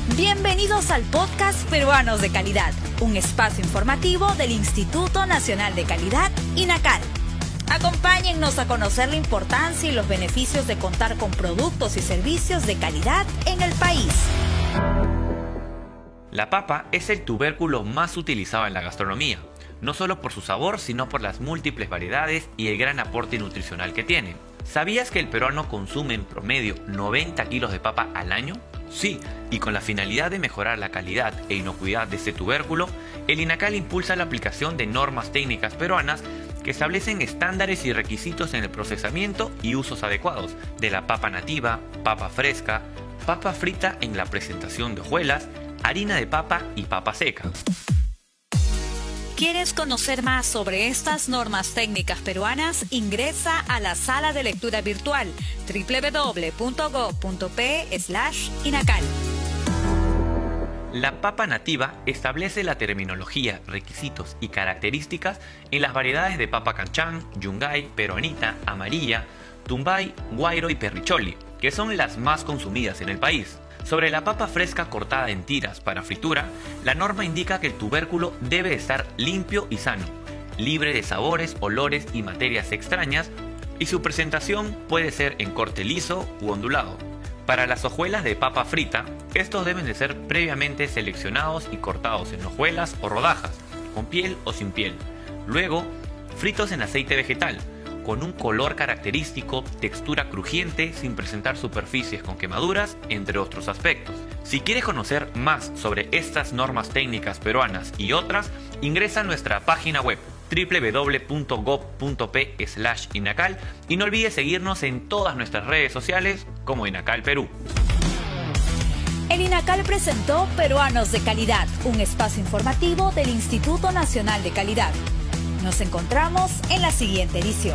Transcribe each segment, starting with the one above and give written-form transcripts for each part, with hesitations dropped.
Bienvenidos al podcast Peruanos de Calidad, un espacio informativo del Instituto Nacional de Calidad, INACAL. Acompáñennos a conocer la importancia y los beneficios de contar con productos y servicios de calidad en el país. La papa es el tubérculo más utilizado en la gastronomía, no solo por su sabor, sino por las múltiples variedades y el gran aporte nutricional que tiene. ¿Sabías que el peruano consume en promedio 90 kilos de papa al año? Sí, y con la finalidad de mejorar la calidad e inocuidad de este tubérculo, el INACAL impulsa la aplicación de normas técnicas peruanas que establecen estándares y requisitos en el procesamiento y usos adecuados de la papa nativa, papa fresca, papa frita en la presentación de hojuelas, harina de papa y papa seca. ¿Quieres conocer más sobre estas normas técnicas peruanas? Ingresa a la sala de lectura virtual www.gov.pe/INACAL. La papa nativa establece la terminología, requisitos y características en las variedades de papa canchán, yungay, peruanita, amarilla, tumbay, guairo y perricholi, que son las más consumidas en el país. Sobre la papa fresca cortada en tiras para fritura, la norma indica que el tubérculo debe estar limpio y sano, libre de sabores, olores y materias extrañas, y su presentación puede ser en corte liso u ondulado. Para las hojuelas de papa frita, estos deben de ser previamente seleccionados y cortados en hojuelas o rodajas, con piel o sin piel. Luego, fritos en aceite vegetal, con un color característico, textura crujiente, sin presentar superficies con quemaduras, entre otros aspectos. Si quieres conocer más sobre estas normas técnicas peruanas y otras, ingresa a nuestra página web www.gov.pe/INACAL y no olvides seguirnos en todas nuestras redes sociales como INACAL Perú. El INACAL presentó Peruanos de Calidad, un espacio informativo del Instituto Nacional de Calidad. Nos encontramos en la siguiente edición.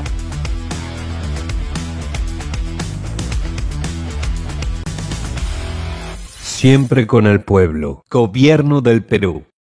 Siempre con el pueblo. Gobierno del Perú.